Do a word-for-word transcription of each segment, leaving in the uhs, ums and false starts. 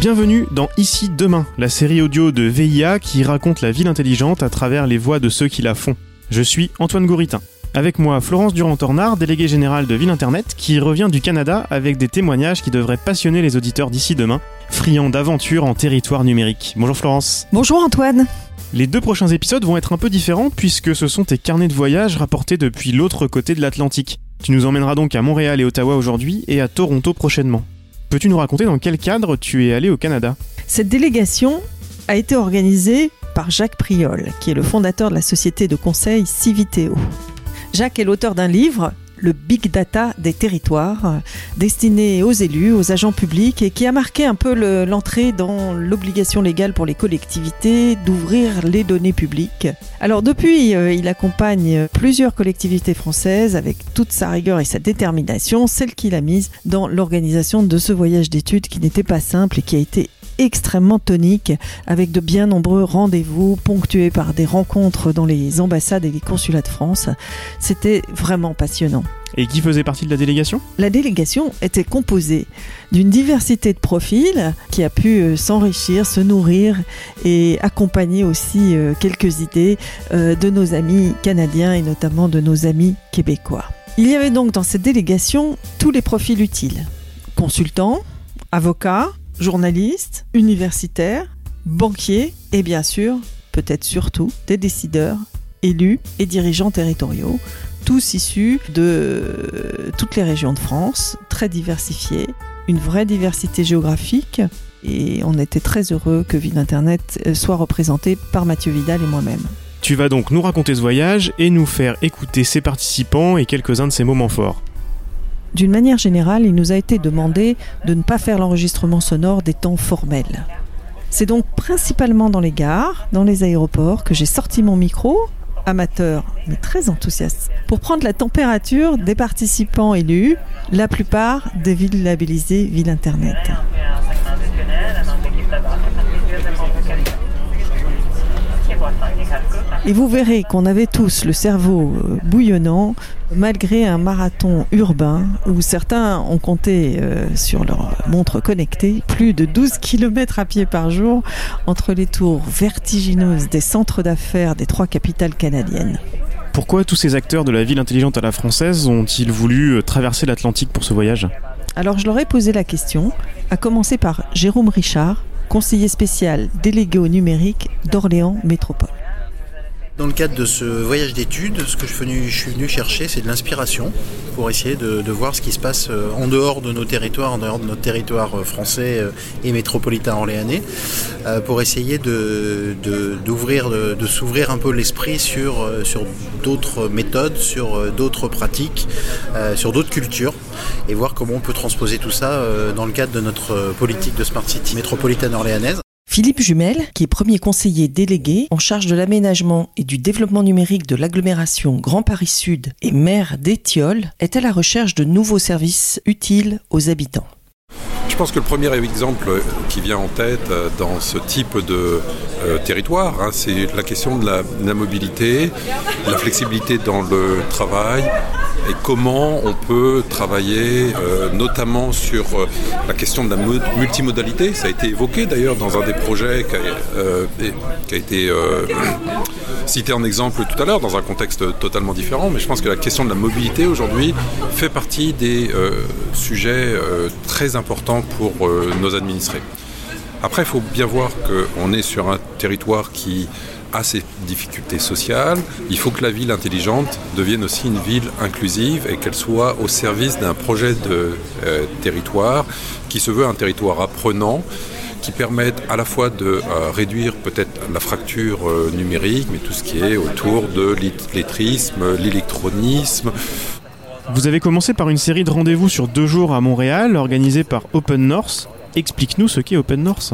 Bienvenue dans Ici Demain, la série audio de V I A qui raconte la ville intelligente à travers les voix de ceux qui la font. Je suis Antoine Gouritin. Avec moi, Florence Durand-Tornard, déléguée générale de Ville Internet, qui revient du Canada avec des témoignages qui devraient passionner les auditeurs d'ici demain, friands d'aventures en territoire numérique. Bonjour Florence. Bonjour Antoine. Les deux prochains épisodes vont être un peu différents puisque ce sont tes carnets de voyage rapportés depuis l'autre côté de l'Atlantique. Tu nous emmèneras donc à Montréal et Ottawa aujourd'hui et à Toronto prochainement. Peux-tu nous raconter dans quel cadre tu es allé au Canada ? Cette délégation a été organisée par Jacques Priol, qui est le fondateur de la société de conseil Civiteo. Jacques est l'auteur d'un livre, le Big Data des territoires, destiné aux élus, aux agents publics et qui a marqué un peu le, l'entrée dans l'obligation légale pour les collectivités d'ouvrir les données publiques. Alors depuis, euh, il accompagne plusieurs collectivités françaises avec toute sa rigueur et sa détermination, celle qu'il a mise dans l'organisation de ce voyage d'études qui n'était pas simple et qui a été extrêmement tonique, avec de bien nombreux rendez-vous ponctués par des rencontres dans les ambassades et les consulats de France. C'était vraiment passionnant. Et qui faisait partie de la délégation ? La délégation était composée d'une diversité de profils qui a pu s'enrichir, se nourrir et accompagner aussi quelques idées de nos amis canadiens et notamment de nos amis québécois. Il y avait donc dans cette délégation tous les profils utiles. Consultants, avocats, journalistes, universitaires, banquiers et bien sûr, peut-être surtout, des décideurs, élus et dirigeants territoriaux, tous issus de toutes les régions de France, très diversifiés, une vraie diversité géographique et on était très heureux que Ville Internet soit représenté par Mathieu Vidal et moi-même. Tu vas donc nous raconter ce voyage et nous faire écouter ses participants et quelques-uns de ses moments forts. D'une manière générale, il nous a été demandé de ne pas faire l'enregistrement sonore des temps formels. C'est donc principalement dans les gares, dans les aéroports, que j'ai sorti mon micro, amateur mais très enthousiaste, pour prendre la température des participants élus, la plupart des villes labellisées Ville Internet. Et vous verrez qu'on avait tous le cerveau bouillonnant malgré un marathon urbain où certains ont compté euh, sur leur montre connectée plus de douze kilomètres à pied par jour entre les tours vertigineuses des centres d'affaires des trois capitales canadiennes. Pourquoi tous ces acteurs de la ville intelligente à la française ont-ils voulu traverser l'Atlantique pour ce voyage ? Alors je leur ai posé la question, à commencer par Jérôme Richard, conseiller spécial délégué au numérique d'Orléans Métropole. Dans le cadre de ce voyage d'études, ce que je suis venu, je suis venu chercher, c'est de l'inspiration pour essayer de, de voir ce qui se passe en dehors de nos territoires, en dehors de notre territoire français et métropolitain orléanais, pour essayer de, de, d'ouvrir, de, de s'ouvrir un peu l'esprit sur, sur d'autres méthodes, sur d'autres pratiques, sur d'autres cultures, et voir comment on peut transposer tout ça dans le cadre de notre politique de Smart City métropolitaine orléanaise. Philippe Jumel, qui est premier conseiller délégué en charge de l'aménagement et du développement numérique de l'agglomération Grand Paris Sud et maire d'Étiolles, est à la recherche de nouveaux services utiles aux habitants. Je pense que le premier exemple qui vient en tête dans ce type de euh, territoire, hein, c'est la question de la, de la mobilité, de la flexibilité dans le travail et comment on peut travailler euh, notamment sur euh, la question de la mo- multimodalité. Ça a été évoqué d'ailleurs dans un des projets qui a, euh, qui a été euh, cité en exemple tout à l'heure dans un contexte totalement différent, mais je pense que la question de la mobilité aujourd'hui fait partie des euh, sujets euh, très importants pour euh, nos administrés. Après, il faut bien voir qu'on est sur un territoire qui a ses difficultés sociales. Il faut que la ville intelligente devienne aussi une ville inclusive et qu'elle soit au service d'un projet de euh, territoire qui se veut un territoire apprenant, qui permette à la fois de euh, réduire peut-être la fracture euh, numérique, mais tout ce qui est autour de l'illettrisme, l'électronisme. Vous avez commencé par une série de rendez-vous sur deux jours à Montréal, organisée par Open North. Explique-nous ce qu'est Open North.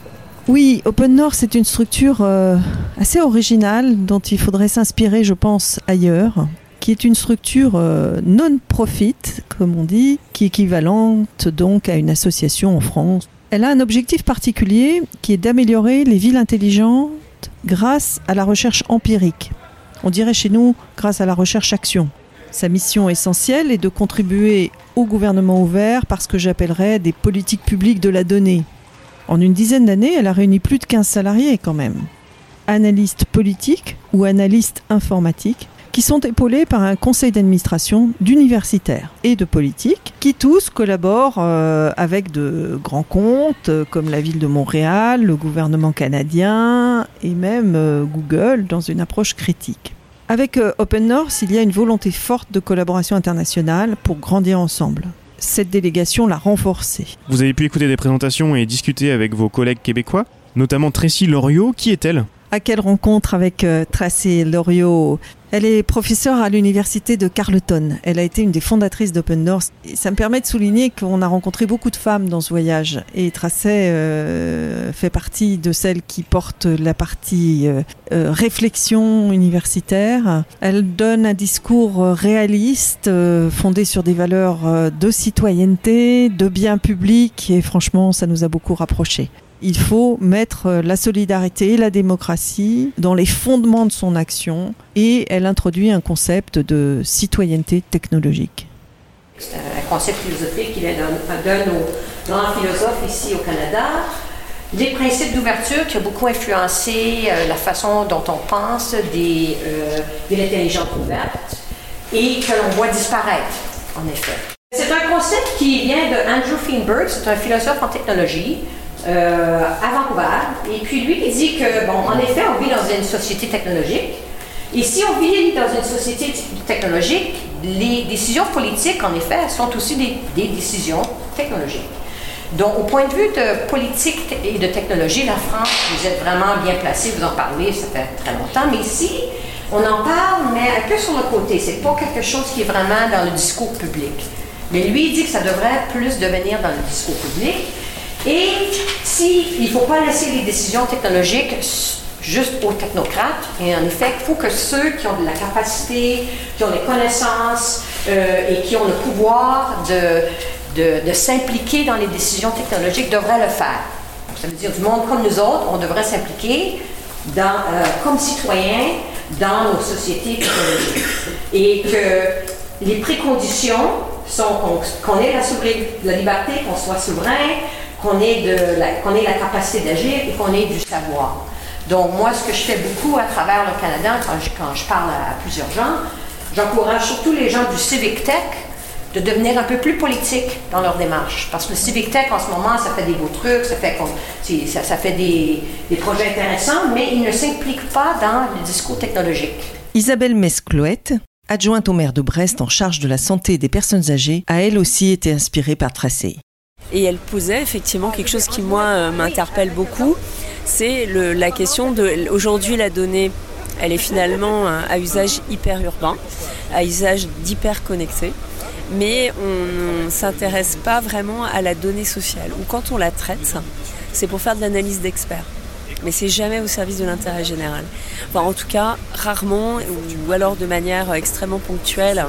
Oui, Open North, c'est une structure euh, assez originale dont il faudrait s'inspirer, je pense, ailleurs, qui est une structure euh, non-profit, comme on dit, qui est équivalente donc à une association en France. Elle a un objectif particulier qui est d'améliorer les villes intelligentes grâce à la recherche empirique. On dirait chez nous grâce à la recherche-action. Sa mission essentielle est de contribuer au gouvernement ouvert par ce que j'appellerais des politiques publiques de la donnée. En une dizaine d'années, elle a réuni plus de quinze salariés quand même. Analystes politiques ou analystes informatiques, qui sont épaulés par un conseil d'administration d'universitaires et de politiques, qui tous collaborent euh, avec de grands comptes, euh, comme la ville de Montréal, le gouvernement canadien et même euh, Google, dans une approche critique. Avec euh, Open North, il y a une volonté forte de collaboration internationale pour grandir ensemble. Cette délégation l'a renforcée. Vous avez pu écouter des présentations et discuter avec vos collègues québécois, notamment Tracy Loriot. Qui est-elle ? À quelle rencontre avec euh, Tracy Loriot ? Elle est professeure à l'université de Carleton. Elle a été une des fondatrices d'Open North. Et ça me permet de souligner qu'on a rencontré beaucoup de femmes dans ce voyage. Et Tracy euh, fait partie de celles qui portent la partie euh, euh, réflexion universitaire. Elle donne un discours réaliste, euh, fondé sur des valeurs euh, de citoyenneté, de bien public. Et franchement, ça nous a beaucoup rapprochés. Il faut mettre la solidarité et la démocratie dans les fondements de son action et elle introduit un concept de citoyenneté technologique. C'est un concept philosophique qui est d'un de nos grands philosophes ici au Canada. Des principes d'ouverture qui ont beaucoup influencé la façon dont on pense des, euh, de l'intelligence ouverte et que l'on voit disparaître, en effet. C'est un concept qui vient de Andrew Feinberg, c'est un philosophe en technologie. Euh, à Vancouver. Et puis lui, il dit que, bon, en effet, on vit dans une société technologique. Et si on vit dans une société t- technologique, les décisions politiques, en effet, sont aussi des, des décisions technologiques. Donc, au point de vue de politique et de technologie, la France, vous êtes vraiment bien placé, vous en parlez, ça fait très longtemps. Mais ici, on en parle, mais un peu sur le côté. C'est pas quelque chose qui est vraiment dans le discours public. Mais lui, il dit que ça devrait plus devenir dans le discours public. Et si, il ne faut pas laisser les décisions technologiques juste aux technocrates, et en effet, il faut que ceux qui ont de la capacité, qui ont les connaissances euh, et qui ont le pouvoir de, de, de s'impliquer dans les décisions technologiques devraient le faire. Ça veut dire du monde comme nous autres, on devrait s'impliquer dans, euh, comme citoyens dans nos sociétés technologiques. Et que les préconditions sont qu'on, qu'on ait la, souverain- la liberté, qu'on soit souverain, qu'on ait, de la, qu'on ait la capacité d'agir et qu'on ait du savoir. Donc moi, ce que je fais beaucoup à travers le Canada, quand je, quand je parle à plusieurs gens, j'encourage surtout les gens du Civic Tech de devenir un peu plus politique dans leur démarche. Parce que le Civic Tech, en ce moment, ça fait des beaux trucs, ça fait, ça, ça fait des, des projets intéressants, mais ils ne s'impliquent pas dans le discours technologique. Isabelle Messe-Cloette, adjointe au maire de Brest en charge de la santé des personnes âgées, a elle aussi été inspirée par Tracy. Et elle posait effectivement quelque chose qui, moi, euh, m'interpelle beaucoup, c'est le, la question de... Aujourd'hui, la donnée, elle est finalement à usage hyper urbain, à usage d'hyper connecté, mais on ne s'intéresse pas vraiment à la donnée sociale. Ou quand on la traite, c'est pour faire de l'analyse d'experts. Mais c'est jamais au service de l'intérêt général. Enfin, en tout cas, rarement, ou, ou alors de manière extrêmement ponctuelle,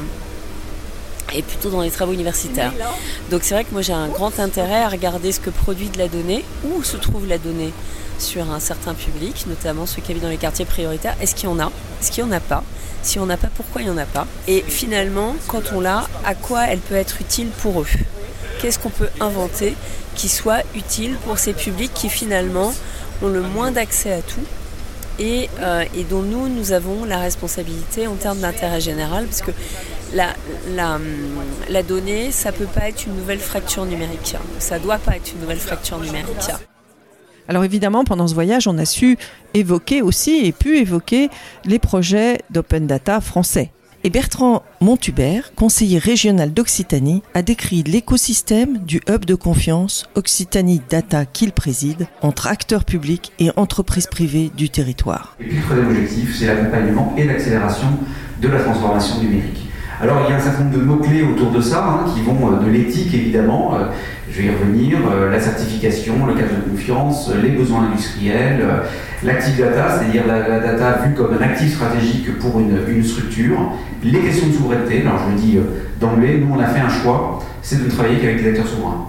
et plutôt dans les travaux universitaires. Donc c'est vrai que moi j'ai un grand intérêt à regarder ce que produit de la donnée, où se trouve la donnée sur un certain public, notamment ceux qui habitent dans les quartiers prioritaires. Est-ce qu'il y en a ? Est-ce qu'il n'y en a pas ? Si on n'a pas, pourquoi il n'y en a pas ? Et finalement, quand on l'a, à quoi elle peut être utile pour eux ? Qu'est-ce qu'on peut inventer qui soit utile pour ces publics qui finalement ont le moins d'accès à tout et, euh, et dont nous, nous avons la responsabilité en termes d'intérêt général, parce que La, la, la donnée, ça ne peut pas être une nouvelle fracture numérique. Ça ne doit pas être une nouvelle fracture numérique. Alors évidemment, pendant ce voyage, on a su évoquer aussi et pu évoquer les projets d'Open Data français. Et Bertrand Montubert, conseiller régional d'Occitanie, a décrit l'écosystème du hub de confiance Occitanie Data qu'il préside entre acteurs publics et entreprises privées du territoire. Et puis le troisième objectif, c'est l'accompagnement et l'accélération de la transformation numérique. Alors il y a un certain nombre de mots-clés autour de ça, hein, qui vont euh, de l'éthique évidemment, euh, je vais y revenir, euh, la certification, le cadre de confiance, euh, les besoins industriels, euh, l'active data, c'est-à-dire la, la data vue comme un actif stratégique pour une, une structure, les questions de souveraineté. Alors je le dis euh, d'emblée, nous on a fait un choix, c'est de ne travailler qu'avec des acteurs souverains.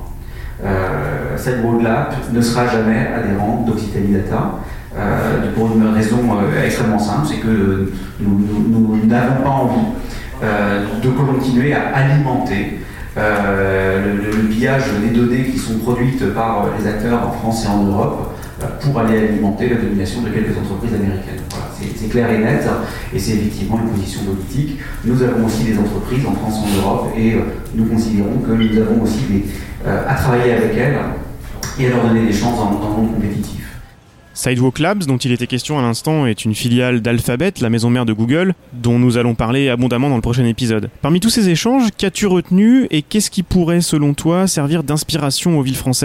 Euh, CyberLab ne sera jamais adhérent d'Occitanie Data. Euh, pour une raison euh, extrêmement simple, c'est que nous, nous, nous n'avons pas envie Euh, de continuer à alimenter euh, le, le pillage des données qui sont produites par les acteurs en France et en Europe pour aller alimenter la domination de quelques entreprises américaines. Voilà, c'est, c'est clair et net, et c'est effectivement une position politique. Nous avons aussi des entreprises en France et en Europe, et euh, nous considérons que nous avons aussi des, euh, à travailler avec elles et à leur donner des chances dans, dans le monde compétitif. Sidewalk Labs, dont il était question à l'instant, est une filiale d'Alphabet, la maison mère de Google, dont nous allons parler abondamment dans le prochain épisode. Parmi tous ces échanges, qu'as-tu retenu et qu'est-ce qui pourrait, selon toi, servir d'inspiration aux villes françaises ?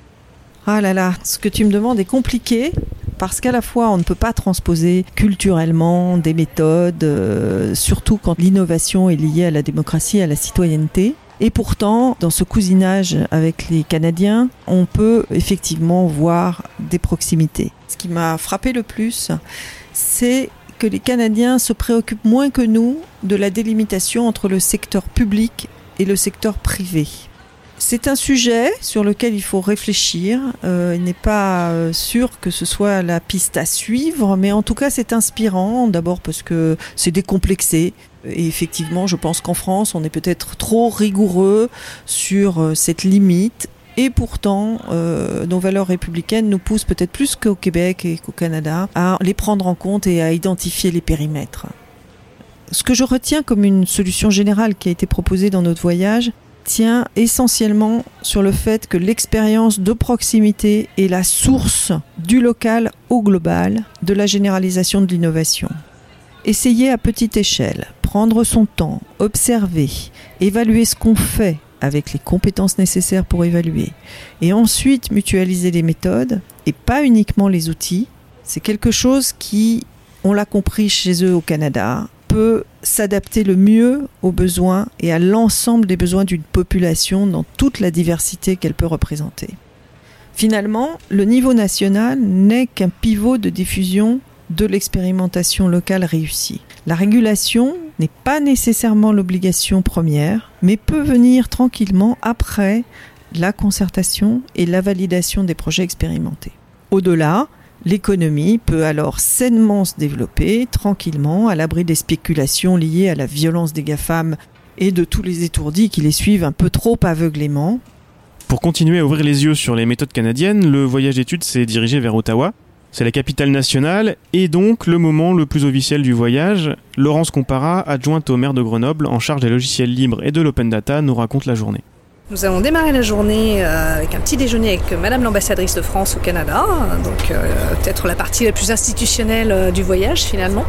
Ah là là, ce que tu me demandes est compliqué parce qu'à la fois on ne peut pas transposer culturellement des méthodes, euh, surtout quand l'innovation est liée à la démocratie et à la citoyenneté. Et pourtant, dans ce cousinage avec les Canadiens, on peut effectivement voir des proximités. Ce qui m'a frappé le plus, c'est que les Canadiens se préoccupent moins que nous de la délimitation entre le secteur public et le secteur privé. C'est un sujet sur lequel il faut réfléchir. Euh, il n'est pas euh, sûr que ce soit la piste à suivre, mais en tout cas c'est inspirant, d'abord parce que c'est décomplexé. Et effectivement, je pense qu'en France, on est peut-être trop rigoureux sur euh, cette limite. Et pourtant, euh, nos valeurs républicaines nous poussent peut-être plus qu'au Québec et qu'au Canada à les prendre en compte et à identifier les périmètres. Ce que je retiens comme une solution générale qui a été proposée dans notre voyage tient essentiellement sur le fait que l'expérience de proximité est la source du local au global de la généralisation de l'innovation. Essayer à petite échelle, prendre son temps, observer, évaluer ce qu'on fait avec les compétences nécessaires pour évaluer et ensuite mutualiser les méthodes et pas uniquement les outils, c'est quelque chose qui, on l'a compris chez eux au Canada, peut s'adapter le mieux aux besoins et à l'ensemble des besoins d'une population dans toute la diversité qu'elle peut représenter. Finalement, le niveau national n'est qu'un pivot de diffusion de l'expérimentation locale réussie. La régulation n'est pas nécessairement l'obligation première, mais peut venir tranquillement après la concertation et la validation des projets expérimentés. Au-delà, l'économie peut alors sainement se développer, tranquillement, à l'abri des spéculations liées à la violence des GAFAM et de tous les étourdis qui les suivent un peu trop aveuglément. Pour continuer à ouvrir les yeux sur les méthodes canadiennes, le voyage d'études s'est dirigé vers Ottawa. C'est la capitale nationale et donc le moment le plus officiel du voyage. Laurence Compara, adjointe au maire de Grenoble en charge des logiciels libres et de l'open data, nous raconte la journée. Nous avons démarré la journée avec un petit déjeuner avec Madame l'ambassadrice de France au Canada, donc euh, peut-être la partie la plus institutionnelle du voyage finalement,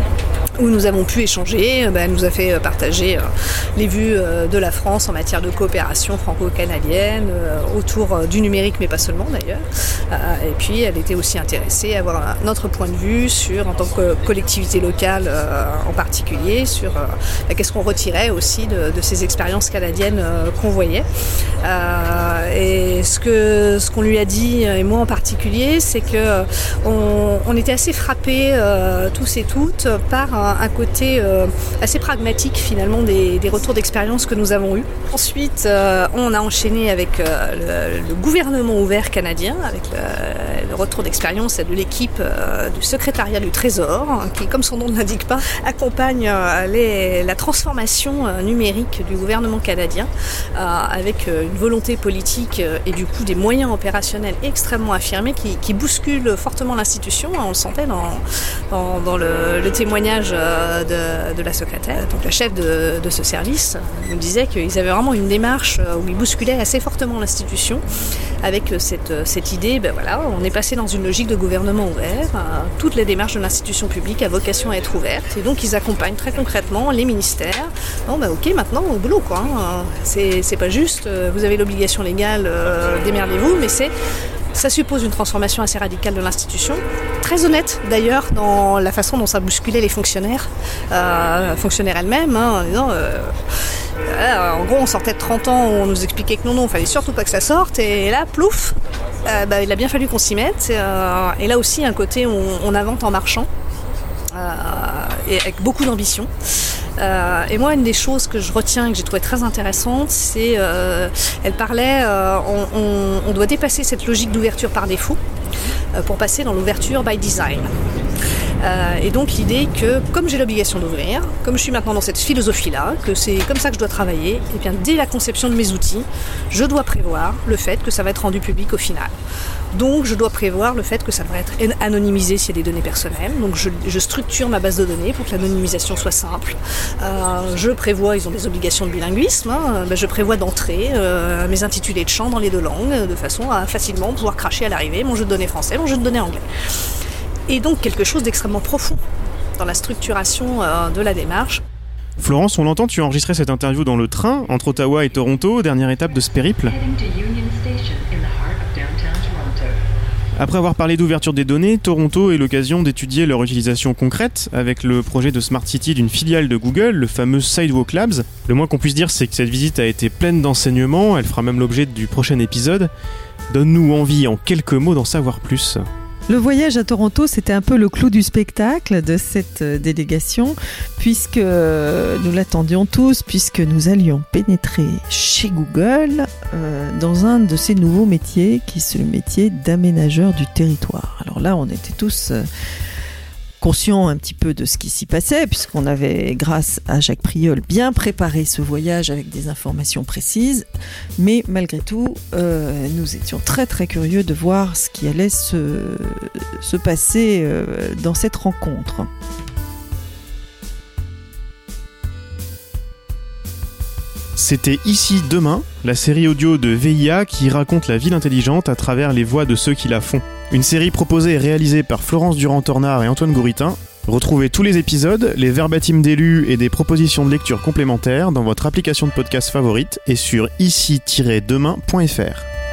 où nous avons pu échanger. Ben, elle nous a fait partager euh, les vues euh, de la France en matière de coopération franco-canadienne, euh, autour euh, du numérique, mais pas seulement d'ailleurs. Euh, et puis elle était aussi intéressée à avoir notre point de vue sur, en tant que collectivité locale euh, en particulier, sur euh, ben, qu'est-ce qu'on retirait aussi de, de ces expériences canadiennes euh, qu'on voyait. Euh, et ce que ce qu'on lui a dit, et moi en particulier, c'est que on, on était assez frappés euh, tous et toutes par un, un côté euh, assez pragmatique finalement des, des retours d'expérience que nous avons eus. Ensuite, euh, on a enchaîné avec euh, le, le gouvernement ouvert canadien, avec le, le retour d'expérience de l'équipe euh, du secrétariat du Trésor, hein, qui, comme son nom ne l'indique pas, accompagne euh, les, la transformation euh, numérique du gouvernement canadien, euh, avec euh, une volonté politique euh, et du coup des moyens opérationnels extrêmement affirmés qui, qui bousculent fortement l'institution. On le sentait dans, dans, dans le, le témoignage de, de la secrétaire, donc la chef de, de ce service, nous disait qu'ils avaient vraiment une démarche où ils bousculaient assez fortement l'institution avec cette, cette idée, ben voilà, on est passé dans une logique de gouvernement ouvert, toutes les démarches de l'institution publique a vocation à être ouvertes et donc ils accompagnent très concrètement les ministères. Bon ben ok, maintenant au boulot quoi, hein. c'est, c'est pas juste, vous avez l'obligation légale, euh, démerdez-vous, mais c'est ça suppose une transformation assez radicale de l'institution, très honnête d'ailleurs dans la façon dont ça bousculait les fonctionnaires, euh, fonctionnaires elles-mêmes, hein, en disant, euh, euh, en gros on sortait de trente ans où on nous expliquait que non, non, il fallait surtout pas que ça sorte, et là, plouf, euh, bah, il a bien fallu qu'on s'y mette, euh, et là aussi un côté où on, on invente en marchant, euh, et avec beaucoup d'ambition. Euh, et moi, une des choses que je retiens et que j'ai trouvé très intéressante, c'est euh, elle parlait, euh, on, on, on doit dépasser cette logique d'ouverture par défaut euh, pour passer dans l'ouverture by design. Euh, et donc l'idée que, comme j'ai l'obligation d'ouvrir, comme je suis maintenant dans cette philosophie-là, que c'est comme ça que je dois travailler, et bien dès la conception de mes outils, je dois prévoir le fait que ça va être rendu public au final. Donc je dois prévoir le fait que ça devrait être anonymisé s'il y a des données personnelles. Donc je, je structure ma base de données pour que l'anonymisation soit simple. Euh, je prévois, ils ont des obligations de bilinguisme, hein, ben je prévois d'entrer euh, mes intitulés de champs dans les deux langues, de façon à facilement pouvoir cracher à l'arrivée mon jeu de données français, mon jeu de données anglais. Et donc quelque chose d'extrêmement profond dans la structuration euh, de la démarche. Florence, on l'entend, tu as enregistré cette interview dans le train entre Ottawa et Toronto, dernière étape de ce périple. Après avoir parlé d'ouverture des données, Toronto est l'occasion d'étudier leur utilisation concrète avec le projet de Smart City d'une filiale de Google, le fameux Sidewalk Labs. Le moins qu'on puisse dire, c'est que cette visite a été pleine d'enseignements, elle fera même l'objet du prochain épisode. Donne-nous envie en quelques mots d'en savoir plus. Le voyage à Toronto, c'était un peu le clou du spectacle de cette délégation, puisque nous l'attendions tous, puisque nous allions pénétrer chez Google euh, dans un de ces nouveaux métiers, qui est le métier d'aménageur du territoire. Alors là, on était tous euh, conscients un petit peu de ce qui s'y passait, puisqu'on avait, grâce à Jacques Priol, bien préparé ce voyage avec des informations précises, mais malgré tout, euh, nous étions très très curieux de voir ce qui allait se, se passer euh, dans cette rencontre. C'était Ici Demain, la série audio de V I A qui raconte la ville intelligente à travers les voix de ceux qui la font. Une série proposée et réalisée par Florence Durand-Tornard et Antoine Gouritin. Retrouvez tous les épisodes, les verbatims d'élus et des propositions de lecture complémentaires dans votre application de podcast favorite et sur ici tiret demain point f r.